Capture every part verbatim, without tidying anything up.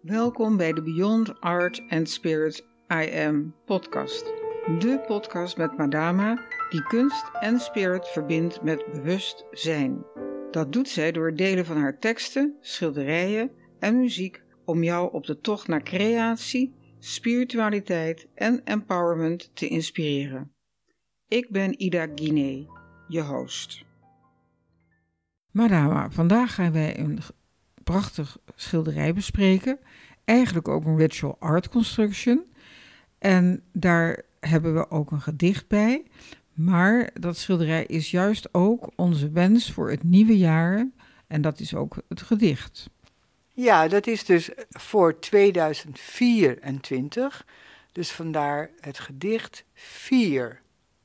Welkom bij de Beyond Art and Spirit I Am podcast. De podcast met Madama die kunst en spirit verbindt met bewustzijn. Dat doet zij door het delen van haar teksten, schilderijen en muziek om jou op de tocht naar creatie, spiritualiteit en empowerment te inspireren. Ik ben Ida Guinee, je host. Madama, vandaag gaan wij een prachtig schilderij bespreken. Eigenlijk ook een ritual art construction. En daar hebben we ook een gedicht bij. Maar dat schilderij is juist ook onze wens voor het nieuwe jaar. En dat is ook het gedicht. Ja, dat is dus voor tweeduizend vierentwintig. Dus vandaar het gedicht vier.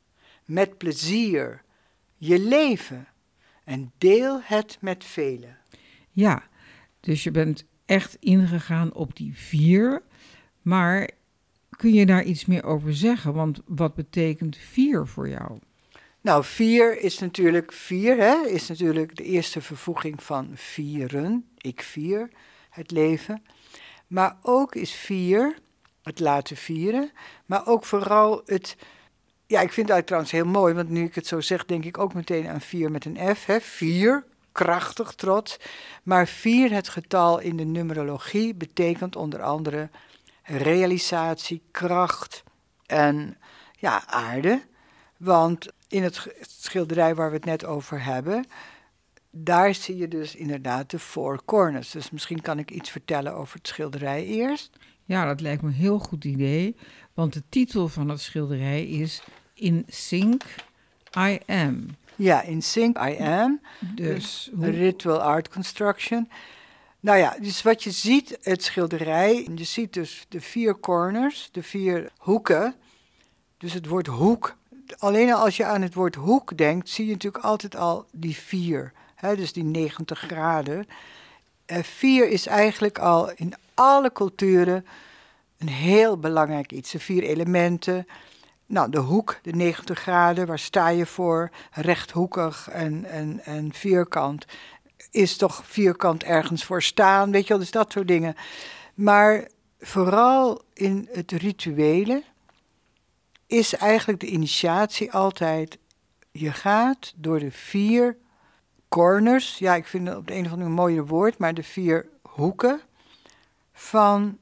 Met plezier je leven en deel het met velen. Ja, dus je bent echt ingegaan op die vier. Maar kun je daar iets meer over zeggen? Want wat betekent vier voor jou? Nou, vier is natuurlijk vier, hè? Is natuurlijk de eerste vervoeging van vieren. Ik vier het leven. Maar ook is vier het laten vieren. Maar ook vooral het... Ja, ik vind het trouwens heel mooi, want nu ik het zo zeg, denk ik ook meteen aan vier met een F, hè? Vier, krachtig, trots. Maar vier, het getal in de numerologie, betekent onder andere realisatie, kracht en ja, aarde. Want in het schilderij waar we het net over hebben, daar zie je dus inderdaad de four corners. Dus misschien kan ik iets vertellen over het schilderij eerst. Ja, dat lijkt me een heel goed idee, want de titel van het schilderij is In Sync I Am. Ja, In Sync I Am, Dus hoe... Ritual Art Construction. Nou ja, dus wat je ziet, het schilderij, je ziet dus de vier corners, de vier hoeken. Dus het woord hoek, alleen als je aan het woord hoek denkt, zie je natuurlijk altijd al die vier. Hè, dus die negentig graden. Uh, vier is eigenlijk al in alle culturen een heel belangrijk iets. De vier elementen. Nou, de hoek, de negentig graden, waar sta je voor? Rechthoekig en, en, en vierkant. Is toch vierkant ergens voor staan, weet je wel, dus dat soort dingen. Maar vooral in het rituele is eigenlijk de initiatie altijd, je gaat door de vier corners, ja, ik vind het op de een of andere een mooier woord, maar de vier hoeken van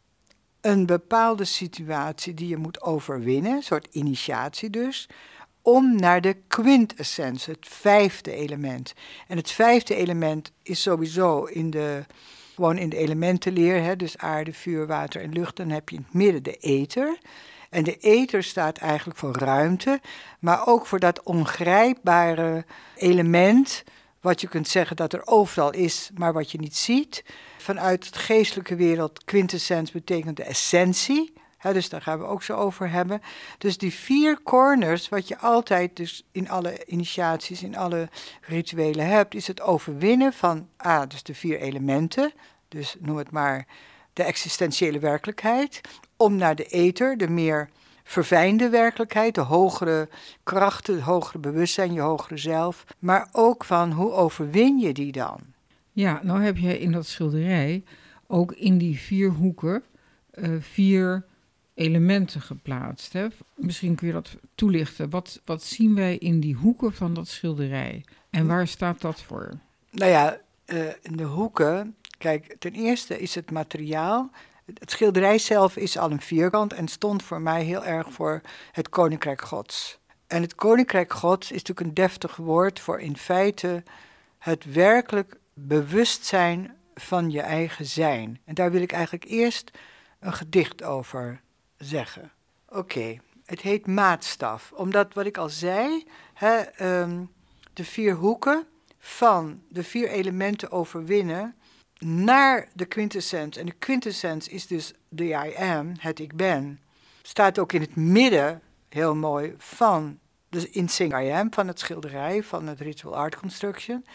een bepaalde situatie die je moet overwinnen, een soort initiatie dus, om naar de quintessence, het vijfde element. En het vijfde element is sowieso in de, gewoon in de elementenleer, hè, dus aarde, vuur, water en lucht, dan heb je in het midden de ether. En de ether staat eigenlijk voor ruimte, maar ook voor dat ongrijpbare element, wat je kunt zeggen dat er overal is, maar wat je niet ziet. Vanuit het geestelijke wereld, quintessence betekent de essentie. He, dus daar gaan we ook zo over hebben. Dus die vier corners, wat je altijd dus in alle initiaties, in alle rituelen hebt, is het overwinnen van, ah, dus de vier elementen. Dus noem het maar de existentiële werkelijkheid. Om naar de ether, de meer verfijnde werkelijkheid, de hogere krachten, het hogere bewustzijn, je hogere zelf. Maar ook van, hoe overwin je die dan? Ja, nou heb jij in dat schilderij ook in die vier hoeken uh, vier elementen geplaatst. Hè? Misschien kun je dat toelichten. Wat, wat zien wij in die hoeken van dat schilderij? En waar staat dat voor? Nou ja, uh, in de hoeken, kijk, ten eerste is het materiaal. Het schilderij zelf is al een vierkant en stond voor mij heel erg voor het Koninkrijk Gods. En het Koninkrijk Gods is natuurlijk een deftig woord voor in feite het werkelijk bewustzijn van je eigen zijn. En daar wil ik eigenlijk eerst een gedicht over zeggen. Oké, okay. Het heet Maatstaf. Omdat, wat ik al zei, hè, um, de vier hoeken van de vier elementen overwinnen naar de quintessence. En de quintessence is dus de I am, het ik ben. Staat ook in het midden, heel mooi, van de In Sync I Am, van het schilderij, van het Ritual Art Construction.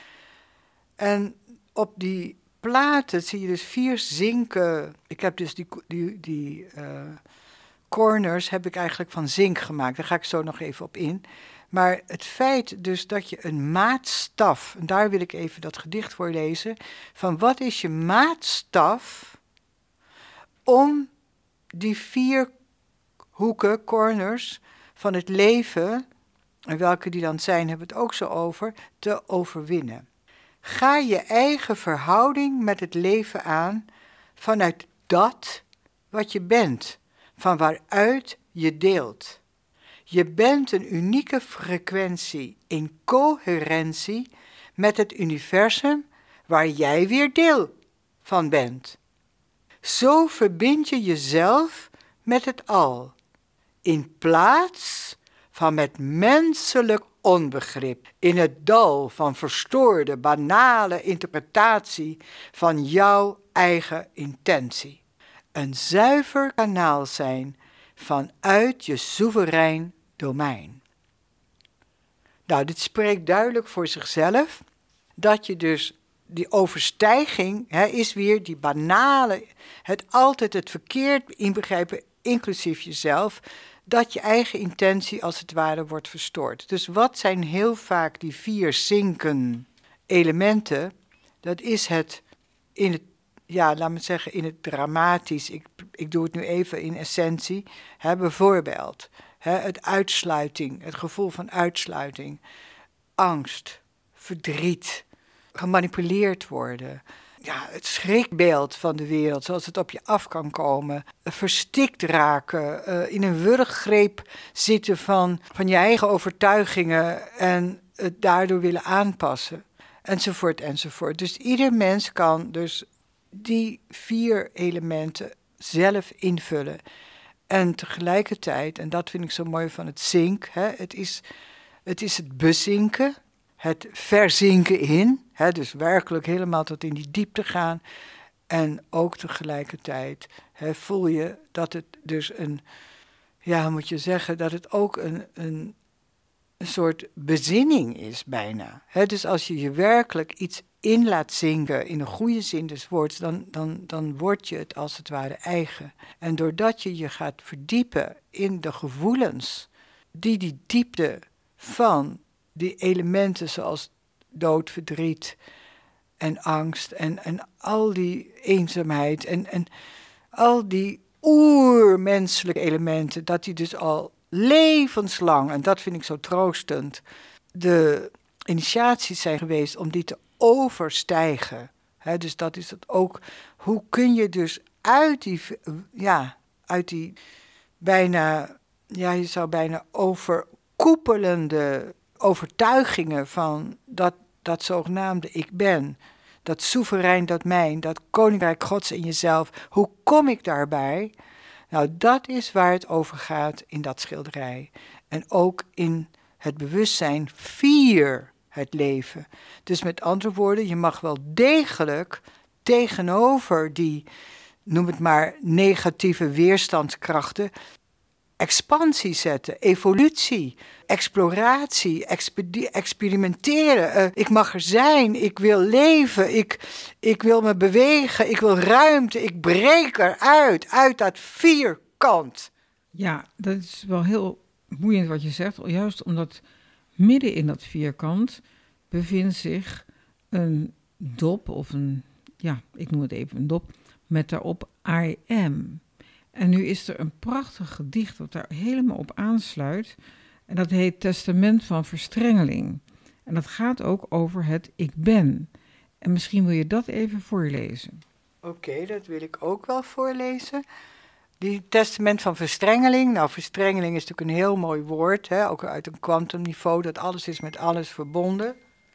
En op die platen zie je dus vier zinken. Ik heb dus die, die, die uh, corners heb ik eigenlijk van zink gemaakt. Daar ga ik zo nog even op in. Maar het feit dus dat je een maatstaf, en daar wil ik even dat gedicht voor lezen, van wat is je maatstaf om die vier hoeken, corners van het leven, en welke die dan zijn, hebben we het ook zo over, te overwinnen. Ga je eigen verhouding met het leven aan vanuit dat wat je bent, van waaruit je deelt. Je bent een unieke frequentie in coherentie met het universum waar jij weer deel van bent. Zo verbind je jezelf met het al, in plaats van met menselijk onbegrip, in het dal van verstoorde, banale interpretatie van jouw eigen intentie. Een zuiver kanaal zijn vanuit je soeverein domein. Nou, dit spreekt duidelijk voor zichzelf, dat je dus die overstijging hè, is weer die banale, het altijd het verkeerd inbegrijpen, inclusief jezelf, dat je eigen intentie als het ware wordt verstoord. Dus wat zijn heel vaak die vier zinken elementen? Dat is het in het, ja, laat me zeggen, in het dramatisch. Ik, ik doe het nu even in essentie. Hè, bijvoorbeeld, hè, het uitsluiting, het gevoel van uitsluiting, angst, verdriet, gemanipuleerd worden. Ja, het schrikbeeld van de wereld, zoals het op je af kan komen. Verstikt raken, uh, in een wurggreep zitten van, van je eigen overtuigingen en het daardoor willen aanpassen. Enzovoort, enzovoort. Dus ieder mens kan dus die vier elementen zelf invullen. En tegelijkertijd, en dat vind ik zo mooi van het zink, hè, het is het, is het bezinken, het verzinken in, hè, dus werkelijk helemaal tot in die diepte gaan. En ook tegelijkertijd hè, voel je dat het dus een, ja, hoe moet je zeggen, dat het ook een, een, een soort bezinning is bijna. Hè, dus als je je werkelijk iets in laat zinken, in een goede zin des woords, dan, dan, dan word je het als het ware eigen. En doordat je je gaat verdiepen in de gevoelens die die diepte van die elementen zoals dood, verdriet en angst en, en al die eenzaamheid en, en al die oermenselijke elementen, dat die dus al levenslang, en dat vind ik zo troostend, de initiaties zijn geweest om die te overstijgen. He, dus dat is het ook. Hoe kun je dus uit die, ja, uit die bijna, ja, je zou bijna overkoepelende overtuigingen van dat, dat zogenaamde ik ben, dat soeverein, dat mijn, dat koninkrijk Gods in jezelf, hoe kom ik daarbij? Nou, dat is waar het over gaat in dat schilderij. En ook in het bewustzijn vier het leven. Dus met andere woorden, je mag wel degelijk tegenover die, noem het maar, negatieve weerstandskrachten, expansie zetten, evolutie, exploratie, expedi- experimenteren. Uh, ik mag er zijn, ik wil leven, ik, ik wil me bewegen, ik wil ruimte, ik breek eruit, uit dat vierkant. Ja, dat is wel heel boeiend wat je zegt, juist omdat midden in dat vierkant bevindt zich een dop of een, ja, ik noem het even een dop, met daarop I am. En nu is er een prachtig gedicht dat daar helemaal op aansluit. En dat heet Testament van Verstrengeling. En dat gaat ook over het ik ben. En misschien wil je dat even voorlezen. Oké, okay, dat wil ik ook wel voorlezen. Die Testament van Verstrengeling. Nou, verstrengeling is natuurlijk een heel mooi woord. Hè? Ook uit een kwantumniveau, dat alles is met alles verbonden.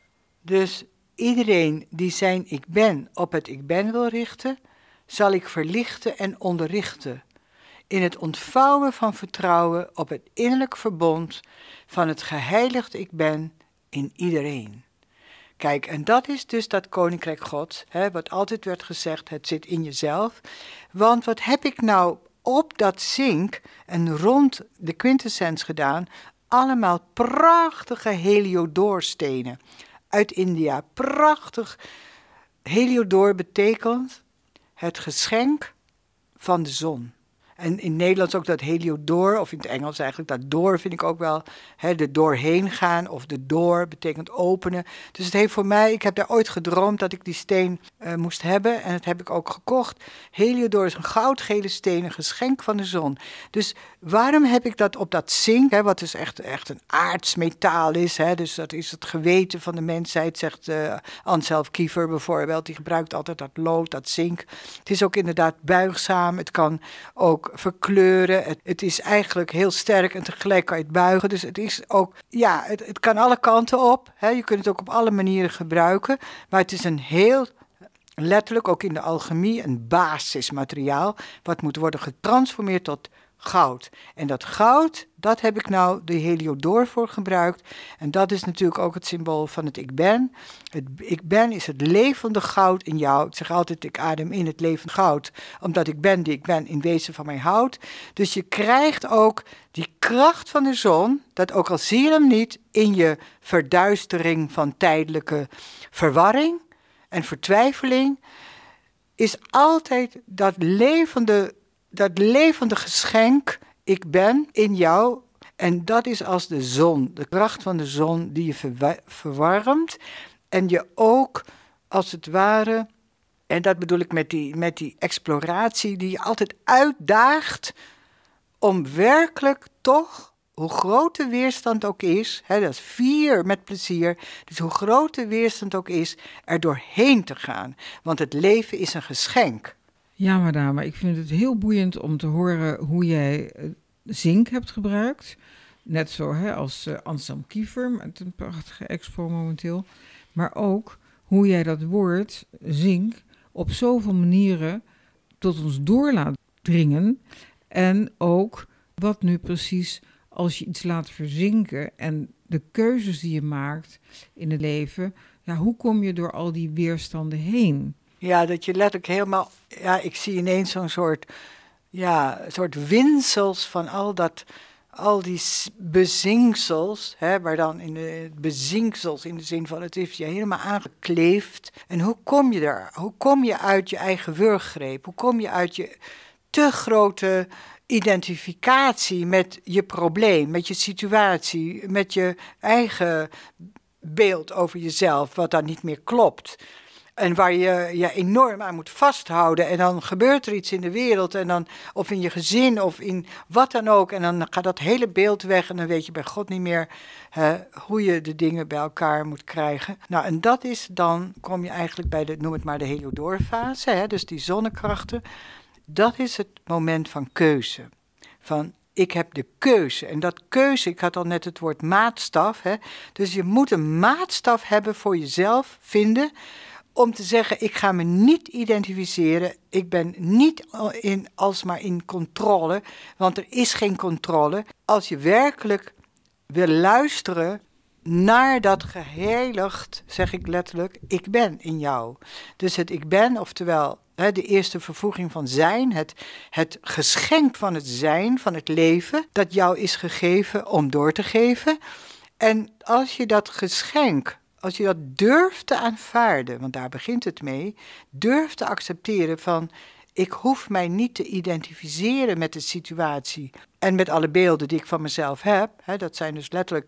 Dus iedereen die zijn ik ben op het ik ben wil richten, zal ik verlichten en onderrichten. In het ontvouwen van vertrouwen op het innerlijk verbond van het geheiligd ik ben in iedereen. Kijk, en dat is dus dat koninkrijk Gods, hè, wat altijd werd gezegd, het zit in jezelf. Want wat heb ik nou op dat zink en rond de quintessens gedaan? Allemaal prachtige heliodoorstenen uit India. Prachtig. Heliodoor betekent het geschenk van de zon. En in Nederlands ook dat heliodoor, of in het Engels eigenlijk dat door vind ik ook wel, hè, de doorheen gaan of de door betekent openen. Dus het heeft voor mij, ik heb daar ooit gedroomd dat ik die steen uh, moest hebben en dat heb ik ook gekocht. Heliodor is een goudgele steen, een geschenk van de zon. Dus waarom heb ik dat op dat zink, hè, wat dus echt, echt een aards metaal is, hè, dus dat is het geweten van de mensheid, zegt uh, Anselm Kiefer bijvoorbeeld, die gebruikt altijd dat lood, dat zink. Het is ook inderdaad buigzaam, het kan ook verkleuren. Het, het is eigenlijk heel sterk en tegelijk kan je het buigen. Dus het is ook, ja, het, het kan alle kanten op. Hè. Je kunt het ook op alle manieren gebruiken. Maar het is een heel, letterlijk ook in de alchemie, een basismateriaal. Wat moet worden getransformeerd tot goud. En dat goud, dat heb ik nou de heliodor voor gebruikt. En dat is natuurlijk ook het symbool van het ik ben. Het ik ben is het levende goud in jou. Ik zeg altijd, ik adem in het levende goud. Omdat ik ben die ik ben in wezen van mij houdt. Dus je krijgt ook die kracht van de zon, dat ook al zie je hem niet, in je verduistering van tijdelijke verwarring en vertwijfeling, is altijd dat levende Dat levende geschenk, ik ben in jou. En dat is als de zon, de kracht van de zon die je verwa- verwarmt. En je ook, als het ware, en dat bedoel ik met die, met die exploratie, die je altijd uitdaagt om werkelijk toch, hoe groot de weerstand ook is, hè, dat is vier met plezier, dus hoe groot de weerstand ook is, er doorheen te gaan. Want het leven is een geschenk. Ja, madame, ik vind het heel boeiend om te horen hoe jij zink hebt gebruikt. Net zo hè, als uh, Anselm Kiefer, met een prachtige expo momenteel. Maar ook hoe jij dat woord zink op zoveel manieren tot ons door laat dringen. En ook wat nu precies als je iets laat verzinken en de keuzes die je maakt in het leven. Ja, hoe kom je door al die weerstanden heen? Ja, dat je letterlijk helemaal, ja, ik zie ineens zo'n soort, ja, soort winsels van al dat, al die bezinksels, hè, maar dan in de bezinksels in de zin van het heeft je helemaal aangekleefd. En hoe kom je daar? Hoe kom je uit je eigen wurggreep? Hoe kom je uit je te grote identificatie met je probleem, met je situatie, met je eigen beeld over jezelf, wat dan niet meer klopt? En waar je je enorm aan moet vasthouden. En dan gebeurt er iets in de wereld. En dan, of in je gezin of in wat dan ook. En dan gaat dat hele beeld weg. En dan weet je bij God niet meer uh, hoe je de dingen bij elkaar moet krijgen. Nou, en dat is dan, kom je eigenlijk bij de, noem het maar de heliodorfase. Hè, dus die zonnekrachten. Dat is het moment van keuze. Van ik heb de keuze. En dat keuze, ik had al net het woord maatstaf. Hè, dus je moet een maatstaf hebben voor jezelf vinden. Om te zeggen, ik ga me niet identificeren, ik ben niet in, alsmaar in controle, want er is geen controle. Als je werkelijk wil luisteren naar dat geheiligd, zeg ik letterlijk, ik ben in jou. Dus het ik ben, oftewel hè, de eerste vervoeging van zijn, het, het geschenk van het zijn, van het leven, dat jou is gegeven om door te geven. En als je dat geschenk, als je dat durft te aanvaarden, want daar begint het mee, durft te accepteren van, ik hoef mij niet te identificeren met de situatie en met alle beelden die ik van mezelf heb. Hè, dat zijn dus letterlijk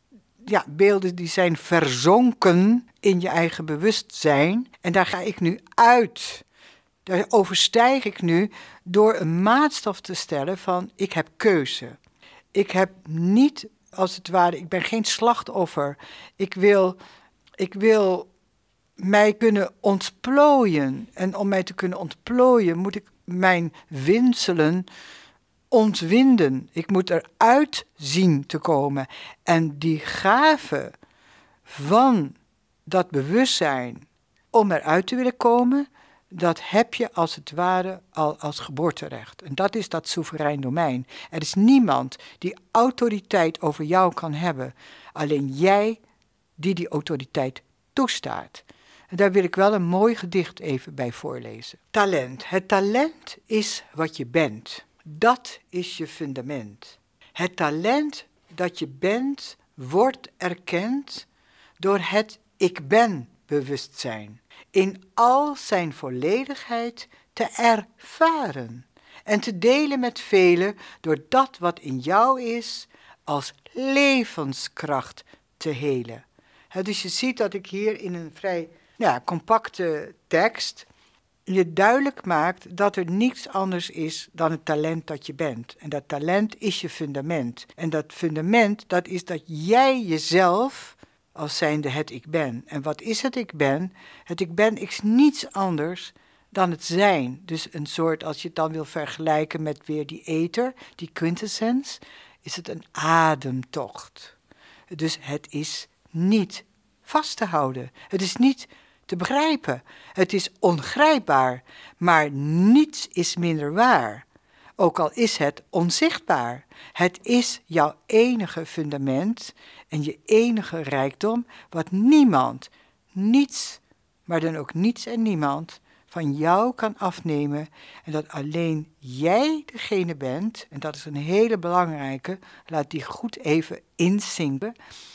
ja, beelden die zijn verzonken in je eigen bewustzijn. En daar ga ik nu uit. Daar overstijg ik nu door een maatstaf te stellen van, ik heb keuze. Ik heb niet, als het ware, ik ben geen slachtoffer. Ik wil, ik wil mij kunnen ontplooien. En om mij te kunnen ontplooien moet ik mijn winselen ontwinden. Ik moet eruit zien te komen. En die gave van dat bewustzijn om eruit te willen komen, dat heb je als het ware al als geboorterecht. En dat is dat soeverein domein. Er is niemand die autoriteit over jou kan hebben. Alleen jij die die autoriteit toestaat. En daar wil ik wel een mooi gedicht even bij voorlezen. Talent. Het talent is wat je bent. Dat is je fundament. Het talent dat je bent wordt erkend door het ik ben bewustzijn. In al zijn volledigheid te ervaren. en te delen met velen door dat wat in jou is als levenskracht te helen. He, dus je ziet dat ik hier in een vrij ja, compacte tekst je duidelijk maakt dat er niets anders is dan het talent dat je bent. En dat talent is je fundament. En dat fundament, dat is dat jij jezelf als zijnde het ik ben. En wat is het ik ben? Het ik ben is niets anders dan het zijn. Dus een soort, als je het dan wil vergelijken met weer die ether, die quintessence, is het een ademtocht. Dus het is niet vast te houden. Het is niet te begrijpen. Het is ongrijpbaar, maar niets is minder waar. Ook al is het onzichtbaar. Het is jouw enige fundament en je enige rijkdom, wat niemand, niets, maar dan ook niets en niemand van jou kan afnemen. En dat alleen jij degene bent, en dat is een hele belangrijke, laat die goed even inzinken.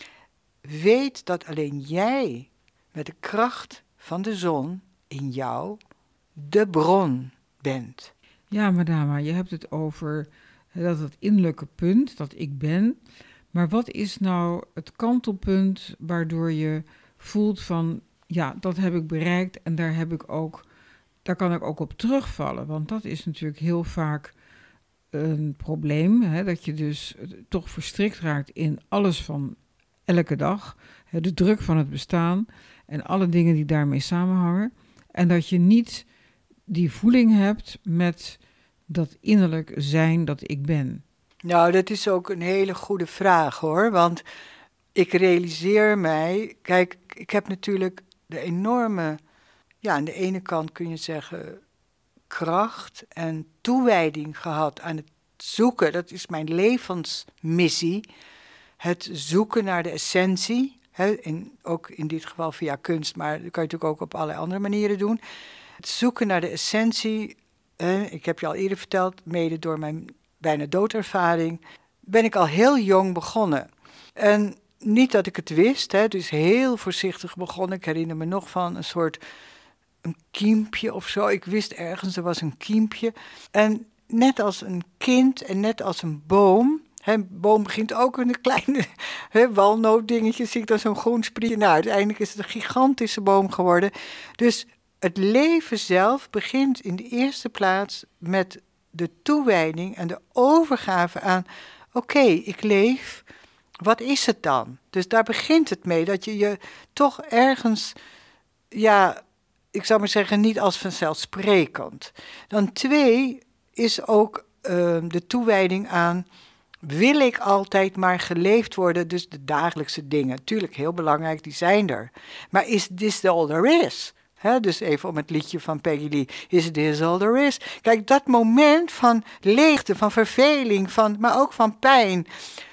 Weet dat alleen jij met de kracht van de zon in jou de bron bent. Ja, madama, je hebt het over dat het innerlijke punt, dat ik ben. Maar wat is nou het kantelpunt waardoor je voelt van, ja, dat heb ik bereikt en daar heb ik ook, daar kan ik ook op terugvallen. Want dat is natuurlijk heel vaak een probleem, hè, dat je dus toch verstrikt raakt in alles van elke dag. Hè, de druk van het bestaan en alle dingen die daarmee samenhangen. En dat je niet die voeling hebt met dat innerlijk zijn dat ik ben. Nou, dat is ook een hele goede vraag hoor, want ik realiseer mij, kijk, ik heb natuurlijk de enorme, ja, aan de ene kant kun je zeggen, kracht en toewijding gehad aan het zoeken, dat is mijn levensmissie, het zoeken naar de essentie, hè, in, ook in dit geval via kunst, maar dat kan je natuurlijk ook op allerlei andere manieren doen. Het zoeken naar de essentie, eh, ik heb je al eerder verteld, mede door mijn bijna doodervaring, ben ik al heel jong begonnen. En niet dat ik het wist, hè, dus heel voorzichtig begonnen. Ik herinner me nog van een soort een kiempje of zo. Ik wist ergens, er was een kiempje. En net als een kind en net als een boom. Hè, een boom begint ook met een kleine hè, walnootdingetje, zie ik dan zo'n groen sprietje. Nou, uiteindelijk is het een gigantische boom geworden. Dus het leven zelf begint in de eerste plaats met de toewijding en de overgave aan, oké, okay, ik leef, wat is het dan? Dus daar begint het mee, dat je je toch ergens, ja, ik zou maar zeggen, niet als vanzelfsprekend. Dan twee is ook uh, de toewijding aan, wil ik altijd maar geleefd worden, dus de dagelijkse dingen. Tuurlijk, heel belangrijk, die zijn er. Maar is this all there is? He, dus even om het liedje van Peggy Lee. Is this all there is? Kijk, dat moment van leegte, van verveling, van, maar ook van pijn,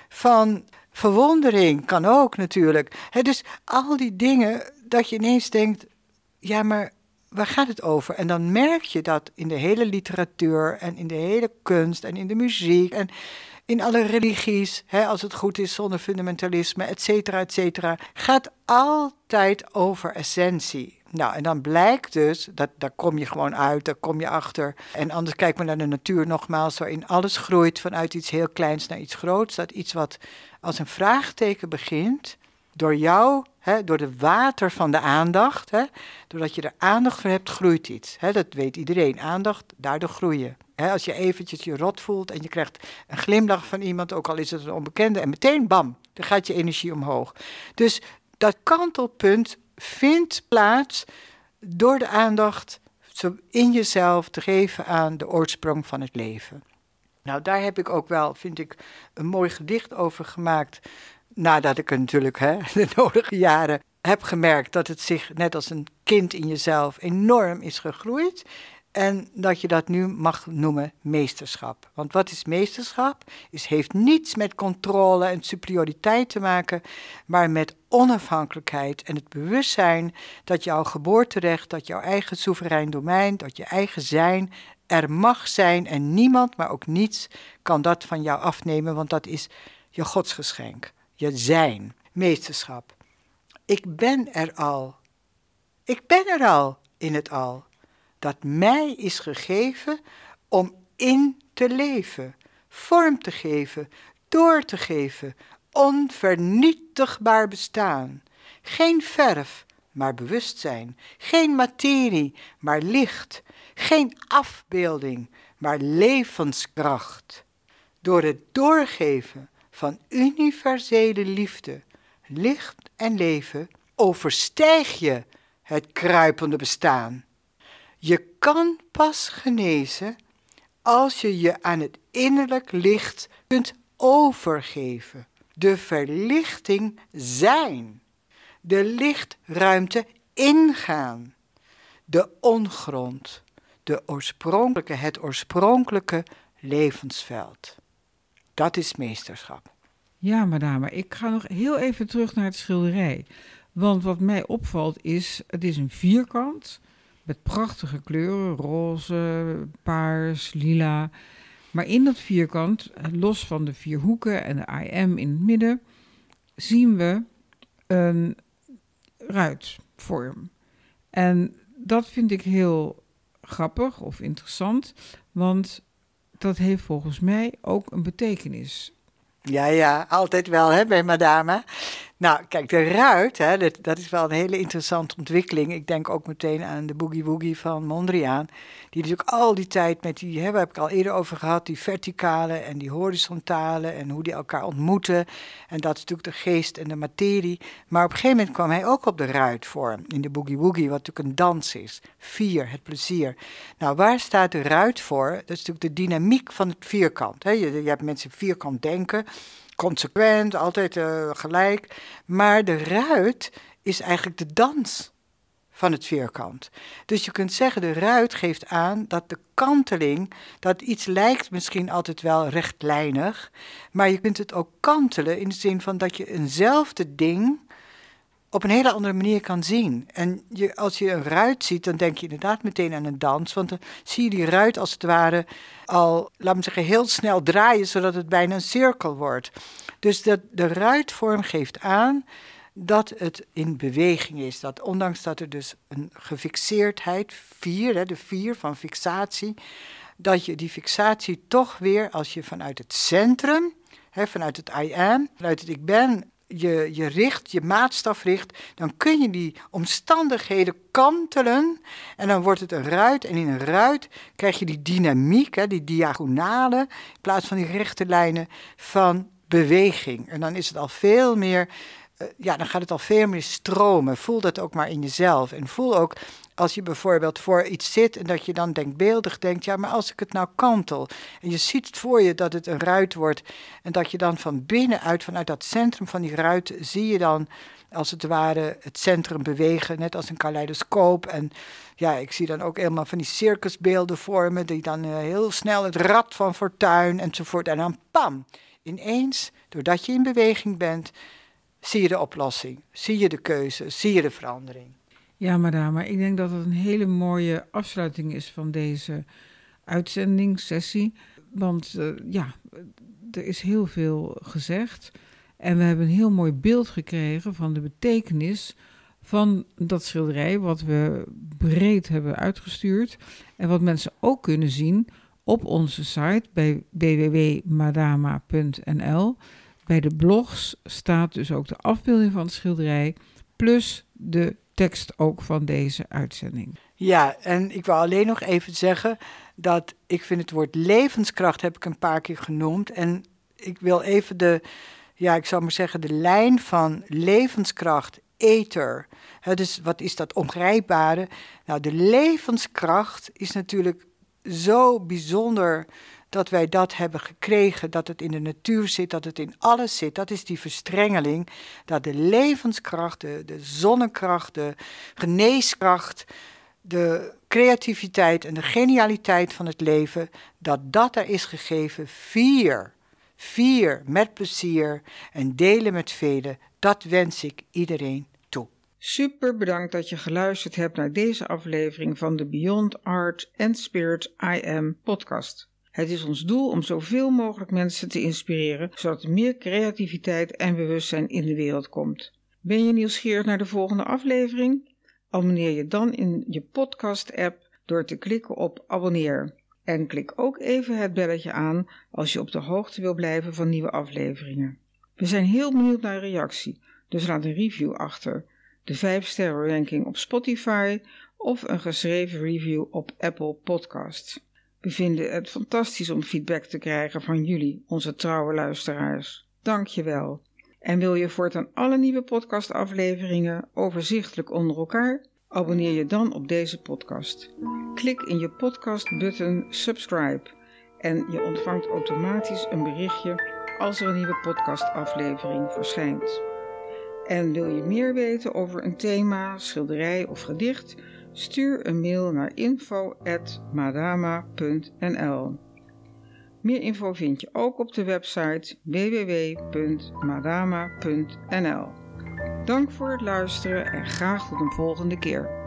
van verwondering kan ook natuurlijk. He, dus al die dingen dat je ineens denkt, ja, maar waar gaat het over? En dan merk je dat in de hele literatuur en in de hele kunst en in de muziek en in alle religies, hè, als het goed is zonder fundamentalisme, et cetera, et cetera, gaat altijd over essentie. Nou, en dan blijkt dus, dat, daar kom je gewoon uit, daar kom je achter. En anders kijk maar naar de natuur nogmaals, waarin alles groeit vanuit iets heel kleins naar iets groots. Dat iets wat als een vraagteken begint, door jou, hè, door de water van de aandacht, hè, doordat je er aandacht voor hebt, groeit iets. Hè, dat weet iedereen, aandacht, daardoor groeien. Hè, als je eventjes je rot voelt en je krijgt een glimlach van iemand, ook al is het een onbekende, en meteen bam, dan gaat je energie omhoog. Dus dat kantelpunt vindt plaats door de aandacht in jezelf te geven aan de oorsprong van het leven. Nou, daar heb ik ook wel, vind ik, een mooi gedicht over gemaakt, nadat ik er natuurlijk hè, de nodige jaren heb gemerkt dat het zich net als een kind in jezelf enorm is gegroeid. En dat je dat nu mag noemen meesterschap. Want wat is meesterschap? Het heeft niets met controle en superioriteit te maken, maar met onafhankelijkheid en het bewustzijn dat jouw geboorterecht, dat jouw eigen soeverein domein, dat je eigen zijn er mag zijn en niemand, maar ook niets, kan dat van jou afnemen, want dat is je godsgeschenk, je zijn, meesterschap. Ik ben er al. Ik ben er al in het al. Dat mij is gegeven om in te leven, vorm te geven, door te geven, onvernietigbaar bestaan. Geen verf, maar bewustzijn. Geen materie, maar licht. Geen afbeelding, maar levenskracht. Door het doorgeven van universele liefde, licht en leven, overstijg je het kruipende bestaan. Je kan pas genezen als je je aan het innerlijk licht kunt overgeven. De verlichting zijn. De lichtruimte ingaan. De ongrond. De oorspronkelijke, het oorspronkelijke levensveld. Dat is meesterschap. Ja, madame, ik ga nog heel even terug naar het schilderij. Want wat mij opvalt is, het is een vierkant met prachtige kleuren, roze, paars, lila. Maar in dat vierkant, los van de vier hoeken en de I am in het midden, zien we een ruitvorm. En dat vind ik heel grappig of interessant, want dat heeft volgens mij ook een betekenis. Ja, ja, altijd wel, hè, bij madame. Nou, kijk, de ruit, hè, dat, dat is wel een hele interessante ontwikkeling. Ik denk ook meteen aan de Boogie Woogie van Mondriaan. Die natuurlijk al die tijd met die, hè, waar heb ik al eerder over gehad, die verticale en die horizontale en hoe die elkaar ontmoeten. En dat is natuurlijk de geest en de materie. Maar op een gegeven moment kwam hij ook op de ruitvorm in de Boogie Woogie, wat natuurlijk een dans is. Vier, het plezier. Nou, waar staat de ruit voor? Dat is natuurlijk de dynamiek van het vierkant. Hè. Je, je hebt mensen vierkant denken, consequent, altijd uh, gelijk. Maar de ruit is eigenlijk de dans van het vierkant. Dus je kunt zeggen, de ruit geeft aan dat de kanteling, dat iets lijkt misschien altijd wel rechtlijnig, maar je kunt het ook kantelen in de zin van dat je eenzelfde ding op een hele andere manier kan zien. En je, als je een ruit ziet, dan denk je inderdaad meteen aan een dans, want dan zie je die ruit als het ware al, laat me zeggen, heel snel draaien, zodat het bijna een cirkel wordt. Dus dat, de ruitvorm geeft aan dat het in beweging is. Dat ondanks dat er dus een gefixeerdheid, vier, hè, de vier van fixatie, dat je die fixatie toch weer, als je vanuit het centrum, hè, vanuit het I am, vanuit het ik ben, je, je richt, je maatstaf richt, dan kun je die omstandigheden kantelen en dan wordt het een ruit. En in een ruit krijg je die dynamiek, hè, die diagonale, in plaats van die rechte lijnen van beweging. En dan is het al veel meer, uh, ja, dan gaat het al veel meer stromen. Voel dat ook maar in jezelf. En voel ook, als je bijvoorbeeld voor iets zit en dat je dan denkbeeldig denkt, ja, maar als ik het nou kantel en je ziet voor je dat het een ruit wordt en dat je dan van binnenuit, vanuit dat centrum van die ruit, zie je dan als het ware het centrum bewegen, net als een kaleidoscoop. En ja, ik zie dan ook helemaal van die circusbeelden vormen, die dan uh, heel snel het rad van fortuin enzovoort. En dan pam, ineens, doordat je in beweging bent, zie je de oplossing, zie je de keuze, zie je de verandering. Ja, madame, ik denk dat het een hele mooie afsluiting is van deze uitzendingssessie. Want uh, ja, er is heel veel gezegd. En we hebben een heel mooi beeld gekregen van de betekenis van dat schilderij, wat we breed hebben uitgestuurd. En wat mensen ook kunnen zien op onze site bij w w w punt madama punt n l. Bij de blogs staat dus ook de afbeelding van het schilderij, plus de tekst ook van deze uitzending. Ja, en ik wil alleen nog even zeggen dat ik vind het woord levenskracht heb ik een paar keer genoemd. En ik wil even de, ja, ik zou maar zeggen, de lijn van levenskracht, ether. He, dus wat is dat ongrijpbare? Nou, de levenskracht is natuurlijk zo bijzonder dat wij dat hebben gekregen, dat het in de natuur zit, dat het in alles zit. Dat is die verstrengeling, dat de levenskracht, de, de zonnekracht, de geneeskracht, de creativiteit en de genialiteit van het leven, dat dat er is gegeven. Vier, vier met plezier en delen met velen, dat wens ik iedereen toe. Super bedankt dat je geluisterd hebt naar deze aflevering van de Beyond Art and Spirit I Am podcast. Het is ons doel om zoveel mogelijk mensen te inspireren, zodat er meer creativiteit en bewustzijn in de wereld komt. Ben je nieuwsgierig naar de volgende aflevering? Abonneer je dan in je podcast-app door te klikken op abonneer. En klik ook even het belletje aan als je op de hoogte wil blijven van nieuwe afleveringen. We zijn heel benieuwd naar reactie, dus laat een review achter, de vijf sterren ranking op Spotify of een geschreven review op Apple Podcasts. We vinden het fantastisch om feedback te krijgen van jullie, onze trouwe luisteraars. Dank je wel. En wil je voortaan alle nieuwe podcastafleveringen overzichtelijk onder elkaar? Abonneer je dan op deze podcast. Klik in je podcastbutton subscribe en je ontvangt automatisch een berichtje als er een nieuwe podcastaflevering verschijnt. En wil je meer weten over een thema, schilderij of gedicht? Stuur een mail naar info at madama punt n l. Meer info vind je ook op de website w w w punt madama punt n l. Dank voor het luisteren en graag tot een volgende keer.